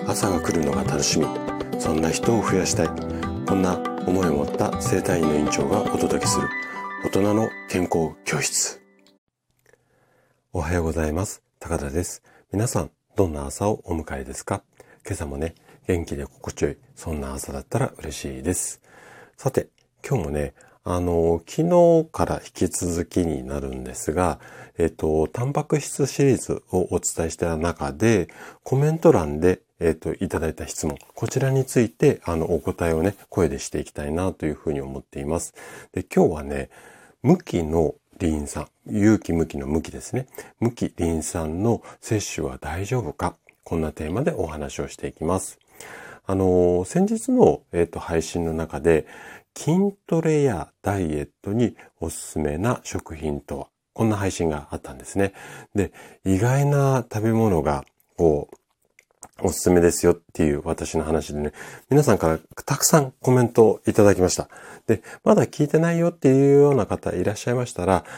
朝が来るのが楽しみ、そんな人を増やしたい、こんな思いを持った整体院の院長がお届けする大人の健康教室。おはようございます。高田です。皆さんどんな朝をお迎えですか？今朝もね、元気で心地よい、そんな朝だったら嬉しいです。さて、今日もね、昨日から引き続きになるんですが、タンパク質シリーズをお伝えした中で、コメント欄で、いただいた質問、こちらについて、お答えをね、声でしていきたいなというふうに思っています。で、今日はね、無機のリン酸、有機無機の無機ですね。無機リン酸の摂取は大丈夫か？こんなテーマでお話をしていきます。先日の、配信の中で、筋トレやダイエットにおすすめな食品とは、こんな配信があったんですね。で、意外な食べ物が、おすすめですよっていう私の話でね、皆さんからたくさんコメントをいただきました。で、まだ聞いてないよっていうような方いらっしゃいましたら、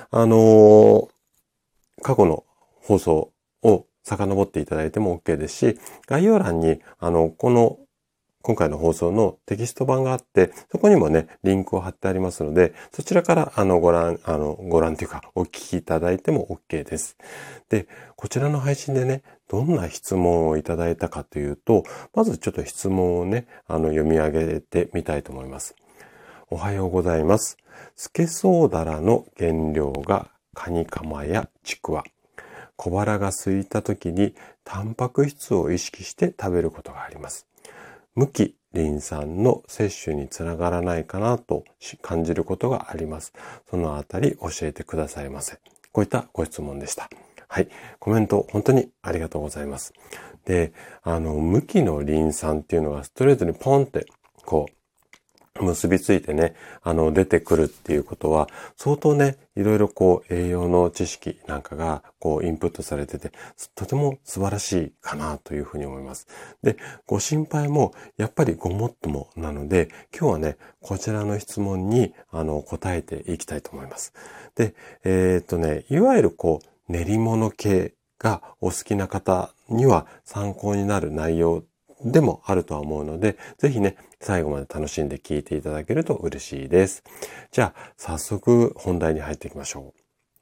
過去の放送を遡っていただいても OK ですし、概要欄に、今回の放送のテキスト版があって、そこにもね、リンクを貼ってありますので、そちらから、ご覧というか、お聞きいただいても OK です。で、こちらの配信でね、どんな質問をいただいたかというと、まずちょっと質問をね、読み上げてみたいと思います。おはようございます。スケソウダラの原料がカニカマやちくわ。小腹が空いた時にタンパク質を意識して食べることがあります。無機リン酸の摂取につながらないかなと感じることがあります。そのあたり教えてくださいませ。こういったご質問でした。はい。コメント本当にありがとうございます。で、無機のリン酸っていうのがストレートにポンって結びついてね、出てくるっていうことは、相当ね、いろいろ栄養の知識なんかがインプットされてて、とても素晴らしいかなというふうに思います。で、ご心配もやっぱりごもっともなので、今日はね、こちらの質問に答えていきたいと思います。で、いわゆる練り物系がお好きな方には参考になる内容でもあるとは思うので、ぜひね、最後まで楽しんで聞いていただけると嬉しいです。じゃあ、早速本題に入っていきましょ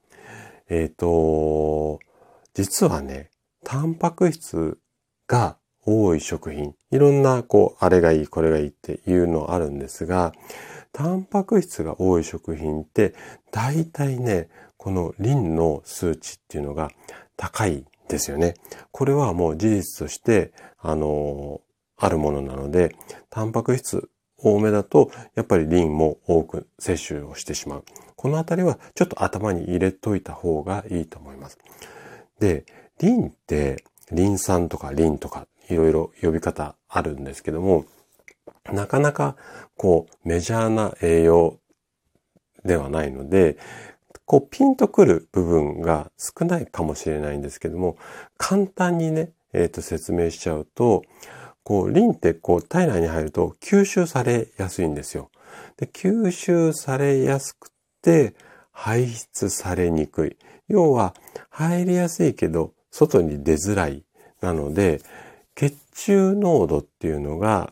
う。実はね、タンパク質が多い食品、いろんなあれがいい、これがいいっていうのあるんですが、タンパク質が多い食品って、大体ね、このリンの数値っていうのが高いですよね。これはもう事実として、あるものなので、タンパク質多めだと、やっぱりリンも多く摂取をしてしまう。このあたりはちょっと頭に入れといた方がいいと思います。で、リンって、リン酸とかリンとか、いろいろ呼び方あるんですけども、なかなかメジャーな栄養ではないので、ピンとくる部分が少ないかもしれないんですけども、簡単にね、説明しちゃうと、リンって体内に入ると吸収されやすいんですよ。で、吸収されやすくて排出されにくい。要は入りやすいけど外に出づらい。なので、血中濃度っていうのが、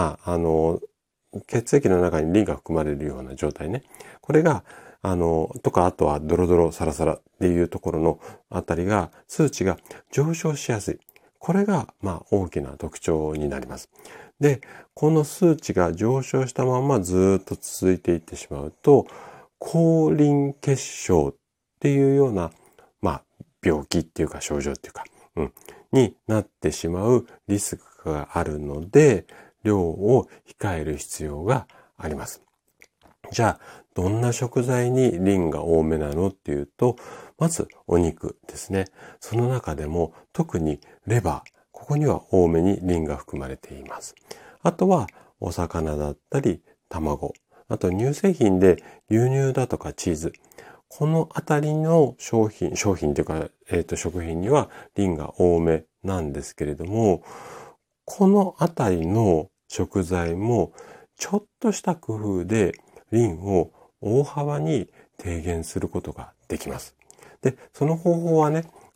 血液の中にリンが含まれるような状態ね。これがとか、あとはドロドロサラサラっていうところのあたりが、数値が上昇しやすい。これが、大きな特徴になります。で、この数値が上昇したままずっと続いていってしまうと、高リン血症っていうような、病気っていうか症状っていうか、になってしまうリスクがあるので、量を控える必要があります。じゃあ、どんな食材にリンが多めなのっていうと、まずお肉ですね。その中でも特にレバー、ここには多めにリンが含まれています。あとはお魚だったり卵、あと乳製品で牛乳だとかチーズ、このあたりの商品というか、食品にはリンが多めなんですけれども、このあたりの食材もちょっとした工夫でリンを大幅に低減することができます。で、その方法はね、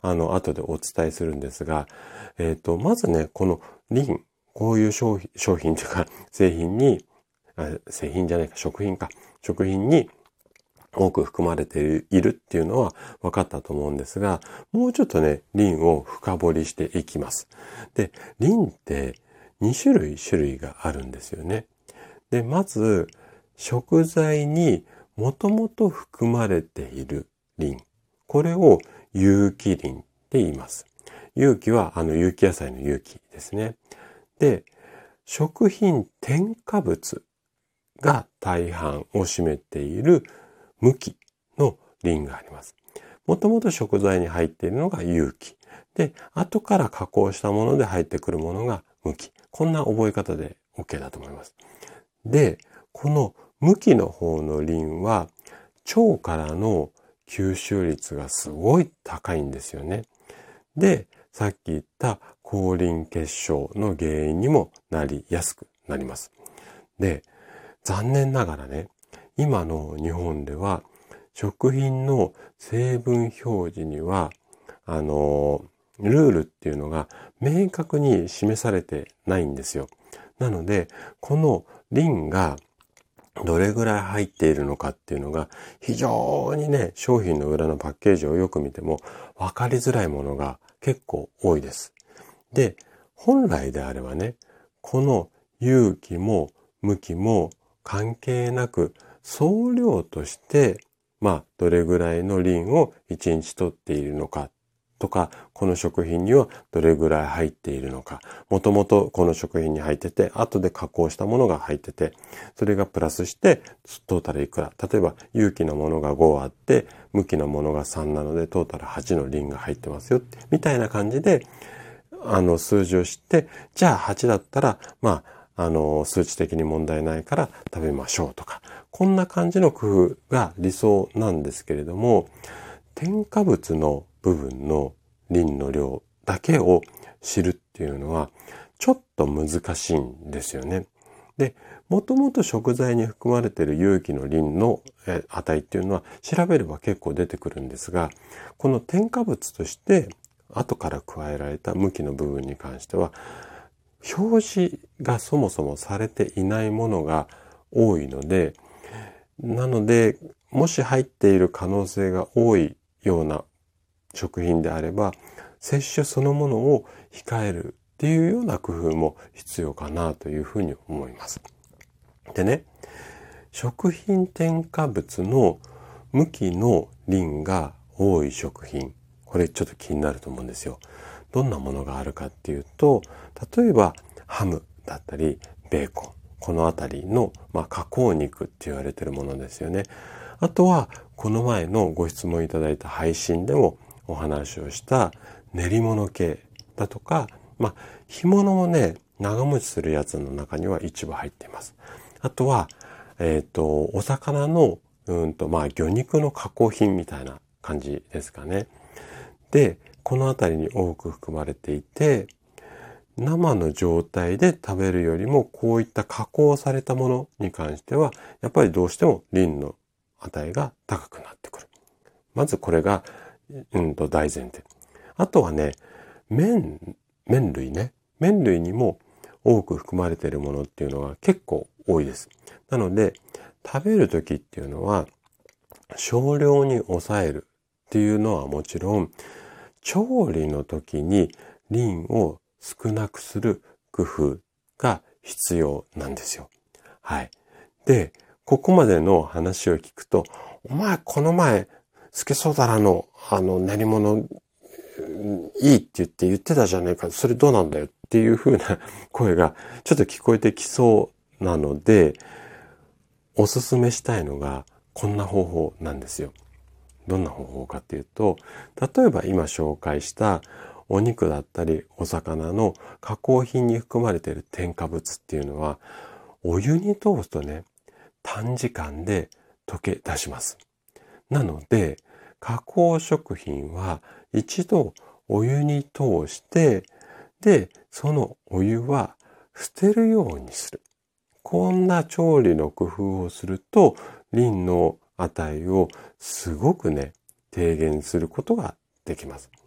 後でお伝えするんですが、まずね、このリン、こういう商品というか、製品に、製品じゃないか、食品に多く含まれているっていうのは分かったと思うんですが、もうちょっとね、リンを深掘りしていきます。で、リンって2種類があるんですよね。で、まず、食材にもともと含まれているリン。これを有機リンって言います。有機は有機野菜の有機ですね。で、食品添加物が大半を占めている無機のリンがあります。もともと食材に入っているのが有機。で、後から加工したもので入ってくるものが無機。こんな覚え方で OK だと思います。で、この無機の方のリンは腸からの吸収率がすごい高いんですよね。で、さっき言った高リン血症の原因にもなりやすくなります。で、残念ながらね、今の日本では食品の成分表示には、ルールっていうのが明確に示されてないんですよ。なので、このリンがどれぐらい入っているのかっていうのが非常にね、商品の裏のパッケージをよく見ても分かりづらいものが結構多いです。で、本来であればね、この有機も無機も関係なく総量として、どれぐらいのリンを1日取っているのかとか、この食品にはどれぐらい入っているのか、もともとこの食品に入ってて、後で加工したものが入ってて、それがプラスしてトータルいくら。例えば有機のものが5あって、無機のものが3なのでトータル8のリンが入ってますよって、みたいな感じで、数字を知って、じゃあ8だったら、数値的に問題ないから食べましょうとか、こんな感じの工夫が理想なんですけれども、添加物の部分のリンの量だけを知るっていうのは、ちょっと難しいんですよね。で、もともと食材に含まれている有機のリンの値っていうのは調べれば結構出てくるんですが、この添加物として後から加えられた無機の部分に関しては、表示がそもそもされていないものが多いので、なので、もし入っている可能性が多いような食品であれば、摂取そのものを控えるっていうような工夫も必要かなというふうに思います。でね、食品添加物の無機のリンが多い食品、これちょっと気になると思うんですよ。どんなものがあるかっていうと、例えばハムだったりベーコン、このあたりの、加工肉って言われてるものですよね。あとはこの前のご質問いただいた配信でもお話をした練り物系だとか、干物もね、長持ちするやつの中には一部入っています。あとは、お魚の、魚肉の加工品みたいな感じですかね。で、このあたりに多く含まれていて、生の状態で食べるよりもこういった加工されたものに関しては、やっぱりどうしてもリンの値が高くなってくる。まずこれが、大前提。あとはね、麺類ね。麺類にも多く含まれているものっていうのは結構多いです。なので、食べるときっていうのは、少量に抑えるっていうのはもちろん、調理の時にリンを少なくする工夫が必要なんですよ。はい。で、ここまでの話を聞くと、お前この前、スケソウダラの練り物いいって言ってたじゃねえか。それどうなんだよっていう風な声がちょっと聞こえてきそうなので、おすすめしたいのがこんな方法なんですよ。どんな方法かっていうと、例えば今紹介したお肉だったりお魚の加工品に含まれている添加物っていうのは、お湯に通すとね、短時間で溶け出します。なので、加工食品は一度お湯に通して、で、そのお湯は捨てるようにする。こんな調理の工夫をすると、リンの値をすごくね、低減することができます。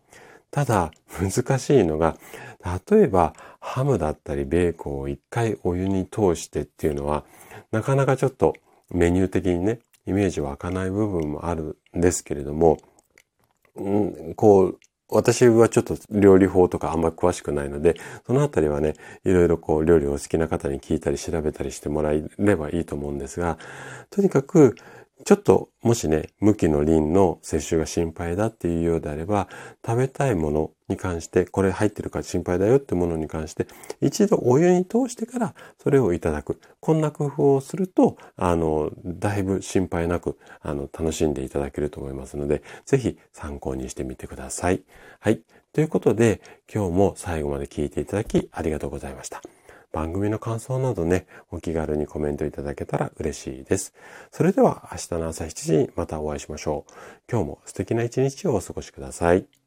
ただ、難しいのが、例えば、ハムだったりベーコンを一回お湯に通してっていうのは、なかなかちょっとメニュー的にね、イメージ湧かない部分もあるんですけれども、私はちょっと料理法とかあんまり詳しくないので、そのあたりはね、いろいろ料理を好きな方に聞いたり調べたりしてもらえればいいと思うんですが、とにかく、ちょっともしね、無機のリンの摂取が心配だっていうようであれば、食べたいものに関して、これ入ってるから心配だよってものに関して、一度お湯に通してからそれをいただく。こんな工夫をすると、だいぶ心配なく、楽しんでいただけると思いますので、ぜひ参考にしてみてください。はい。ということで、今日も最後まで聞いていただきありがとうございました。番組の感想などね、お気軽にコメントいただけたら嬉しいです。それでは明日の朝7時にまたお会いしましょう。今日も素敵な一日をお過ごしください。